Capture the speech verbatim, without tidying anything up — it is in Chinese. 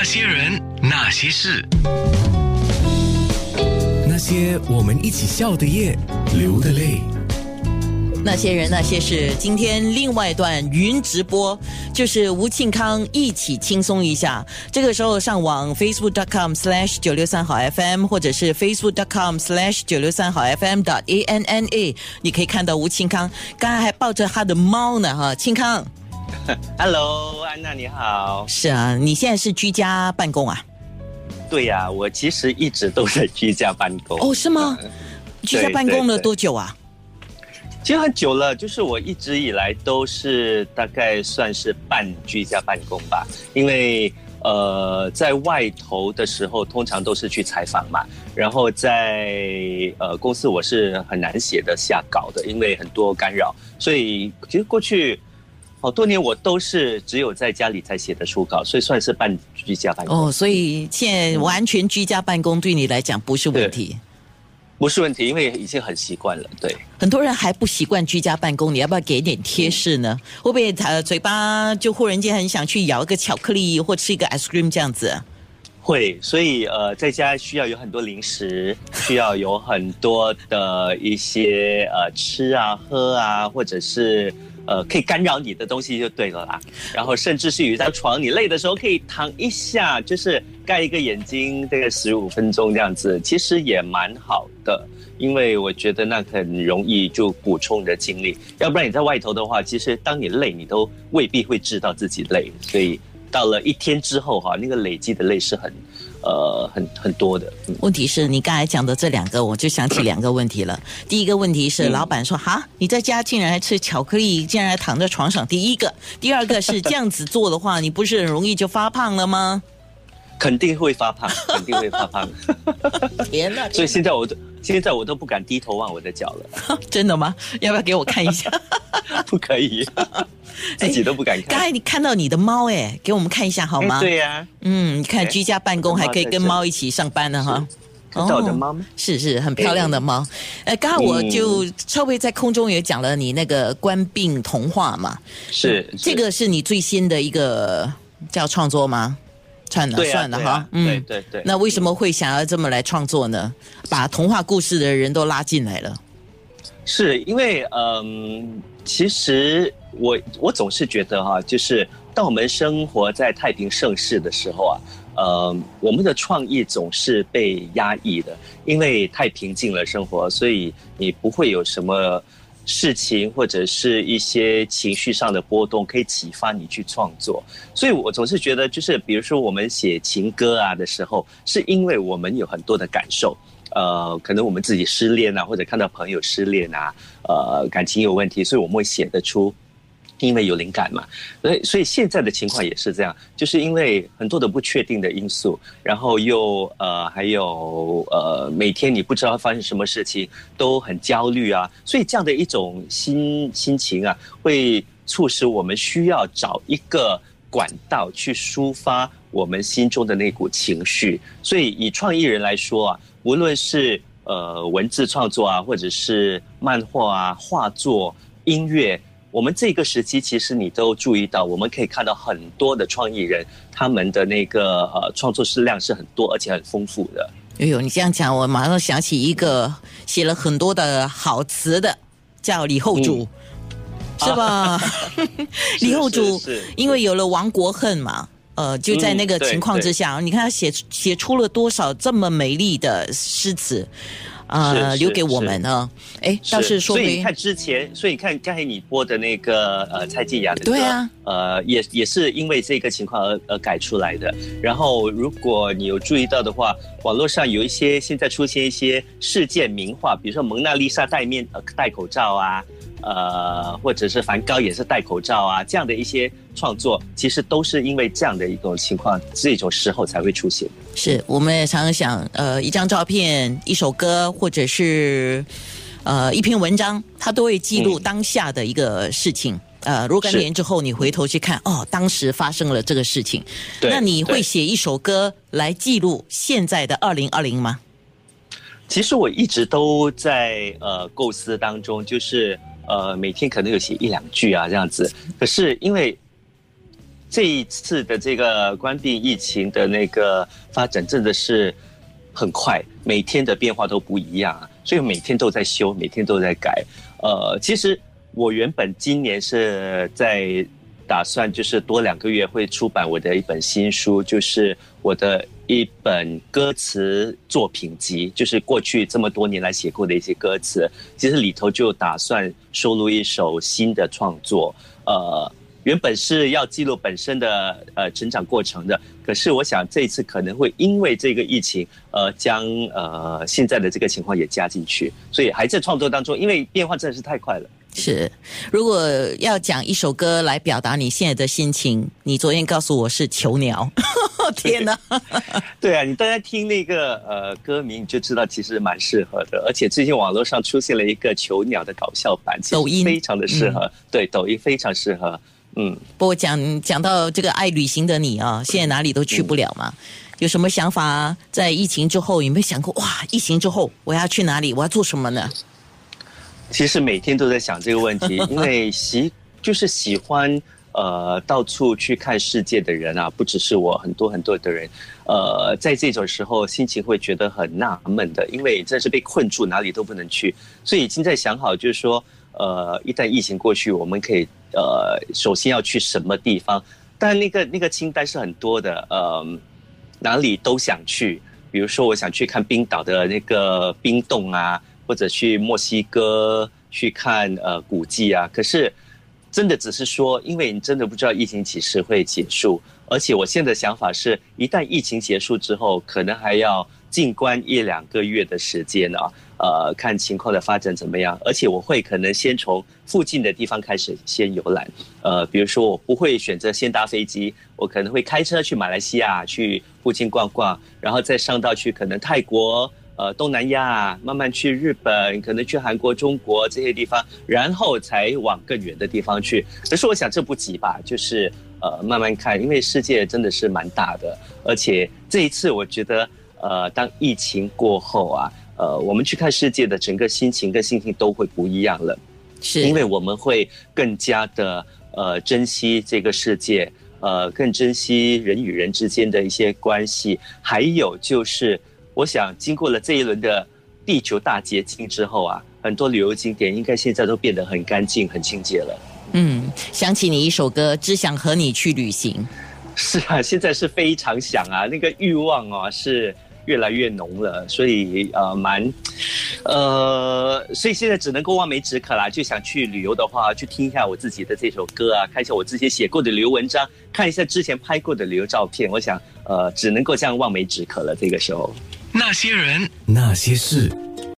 些人，那些事， 那些我们一起笑的夜，流的泪。 那些人那些事，今天另外一段云直播，就是吴庆康一起轻松一下。这个时候上网 facebook dot com slash 九六三好 F M 或者是 facebook dot com slash 九六三好 F M dot A N N A， 你可以看到吴庆康刚才还抱着他的猫呢哈。庆康 Hello， 安娜你好。 是啊，你现在是居家办公啊？ 对呀、啊，我其实一直都在居家办公。 哦，是吗？嗯、居家办公了多久啊？ 其实很久了，就是我一直以来都是大概算是半居家办公吧，因为呃在外头的时候通常都是去采访嘛，然后在呃公司我是很难写得下稿的，因为很多干扰，所以其实过去好多年我都是只有在家里才写的书稿，所以算是半居家办公。 哦，所以现在完全居家办公对你来讲不是问题。 不是问题，因为已经很习惯了。对， 很多人还不习惯居家办公，你要不要给点贴士呢？嗯、会不会呃嘴巴就忽然间很想去咬一个巧克力或吃一个 ice cream 这样子？ 会，所以呃在家需要有很多零食，需要有很多的一些呃吃啊喝啊，或者是呃可以干扰你的东西就对了啦。然后甚至是有一张床，你累的时候可以躺一下，就是盖一个眼睛，大概十五分钟这样子，其实也蛮好的。因为我觉得那很容易就补充你的精力，要不然你在外头的话，其实当你累，你都未必会知道自己累，所以到了一天之后哈，那个累积的累是很呃很很多的。嗯、 问题是你刚才讲的这两个，我就想起两个问题了。第一个问题是老板说哈、嗯，你在家竟然还吃巧克力，竟然还躺在床上。第一个，第二个是这样子做的话，你不是很容易就发胖了吗？ 肯定会发胖，肯定会发胖。 天哪！ 所以现在我都现在我都不敢低头望我的脚了。 真的吗？要不要给我看一下？ 不可以，自己都不敢看。 刚才你看到你的猫哎，给我们看一下好吗？ 对呀、啊， 嗯，你看居家办公还可以跟猫一起上班呢哈。 看到我的猫吗？ 哦、是是，很漂亮的猫。呃，刚刚我就稍微在空中也讲了你那个官病童话嘛， 是, 是这个是你最新的一个叫创作吗？算了、啊、算了哈、啊， 嗯，对对对。 那为什么会想要这么来创作呢？把童话故事的人都拉进来了。 是因为嗯，其实我我总是觉得哈、啊，就是当我们生活在太平盛世的时候啊，呃，我们的创意总是被压抑的，因为太平静了生活，所以你不会有什么事情或者是一些情绪上的波动可以启发你去创作。所以我总是觉得就是比如说我们写情歌啊的时候，是因为我们有很多的感受，呃，可能我们自己失恋啊，或者看到朋友失恋啊，呃，感情有问题，所以我们会写得出，因为有灵感嘛。所以所以现在的情况也是这样，就是因为很多的不确定的因素，然后又呃还有呃每天你不知道发生什么事情，都很焦虑啊，所以这样的一种心心情啊，会促使我们需要找一个管道去抒发我们心中的那股情绪。所以以创意人来说啊，无论是呃文字创作啊，或者是漫画啊、画作、音乐，我们这个时期其实你都注意到，我们可以看到很多的创意人，他们的那个呃创作质量是很多而且很丰富的。 哎呦，你这样讲，我马上想起一个写了很多的好词的，叫李后主。嗯是吧？啊、李后主因为有了亡国恨嘛，呃，就在那个情况之下，嗯、你看他写写出了多少这么美丽的诗词，呃，留给我们呢。哎，倒是说， 所以你看之前，所以你看刚才你播的那个呃蔡健雅的歌， 对啊， 呃，也也是因为这个情况而而改出来的。然后，如果你有注意到的话，网络上有一些现在出现一些事件名画，比如说蒙娜丽莎戴面呃戴口罩啊。呃，或者是梵高也是戴口罩啊，这样的一些创作，其实都是因为这样的一种情况，这种时候才会出现。 是，我们也常常想，呃，一张照片、一首歌，或者是呃一篇文章，它都会记录当下的一个事情。嗯、呃，若干年之后，你回头去看，哦，当时发生了这个事情。那你会写一首歌来记录现在的二零二零吗？ 其实我一直都在呃构思当中，就是呃每天可能有写一两句啊这样子。可是因为这一次的这个冠病疫情的那个发展真的是很快，每天的变化都不一样啊，所以每天都在修，每天都在改。呃，其实我原本今年是在打算就是多两个月会出版我的一本新书，就是我的一本歌词作品集，就是过去这么多年来写过的一些歌词，其实里头就打算收录一首新的创作，呃。原本是要记录本身的呃成长过程的，可是我想这一次可能会因为这个疫情，呃，将呃现在的这个情况也加进去，所以还在创作当中，因为变化真的是太快了。 是，如果要讲一首歌来表达你现在的心情，你昨天告诉我是囚鸟，天哪！ 对啊，你大家听那个呃歌名你就知道，其实蛮适合的，而且最近网络上出现了一个囚鸟的搞笑版， 抖音非常的适合，嗯、对，抖音非常适合。嗯， 不过讲讲到这个爱旅行的你啊，现在哪里都去不了嘛，嗯、有什么想法？在疫情之后有没有想过哇？疫情之后我要去哪里？我要做什么呢？ 其实每天都在想这个问题，因为喜就是喜欢呃到处去看世界的人啊，不只是我，很多很多的人，呃，在这种时候心情会觉得很纳闷的，因为真是被困住，哪里都不能去，所以已经在想好，就是说。呃，一旦疫情过去，我们可以呃，首先要去什么地方？当然，那个那个清单是很多的，呃，哪里都想去。比如说，我想去看冰岛的那个冰洞啊，或者去墨西哥去看呃古迹啊。可是，真的只是说，因为你真的不知道疫情几时会结束，而且我现在的想法是，一旦疫情结束之后，可能还要静观一两个月的时间啊。呃，看情况的发展怎么样，而且我会可能先从附近的地方开始先游览，呃，比如说我不会选择先搭飞机，我可能会开车去马来西亚，去附近逛逛，然后再上到去可能泰国、呃东南亚，慢慢去日本，可能去韩国、中国这些地方，然后才往更远的地方去。可是我想这不急吧，就是呃慢慢看，因为世界真的是蛮大的，而且这一次我觉得，呃，当疫情过后啊。呃，我们去看世界的整个心情跟心情都会不一样了， 是因为我们会更加的呃珍惜这个世界，呃，更珍惜人与人之间的一些关系，还有就是，我想经过了这一轮的地球大洁净之后啊，很多旅游景点应该现在都变得很干净、很清洁了。嗯， 想起你一首歌，只想和你去旅行。 是啊，现在是非常想啊，那个欲望啊是。越来越浓了，所以呃蛮，呃，所以现在只能够望梅止渴啦。就想去旅游的话，去听一下我自己的这首歌啊，看一下我之前写过的旅游文章，看一下之前拍过的旅游照片。我想，呃，只能够这样望梅止渴了。这个时候， 那些人， 那些事。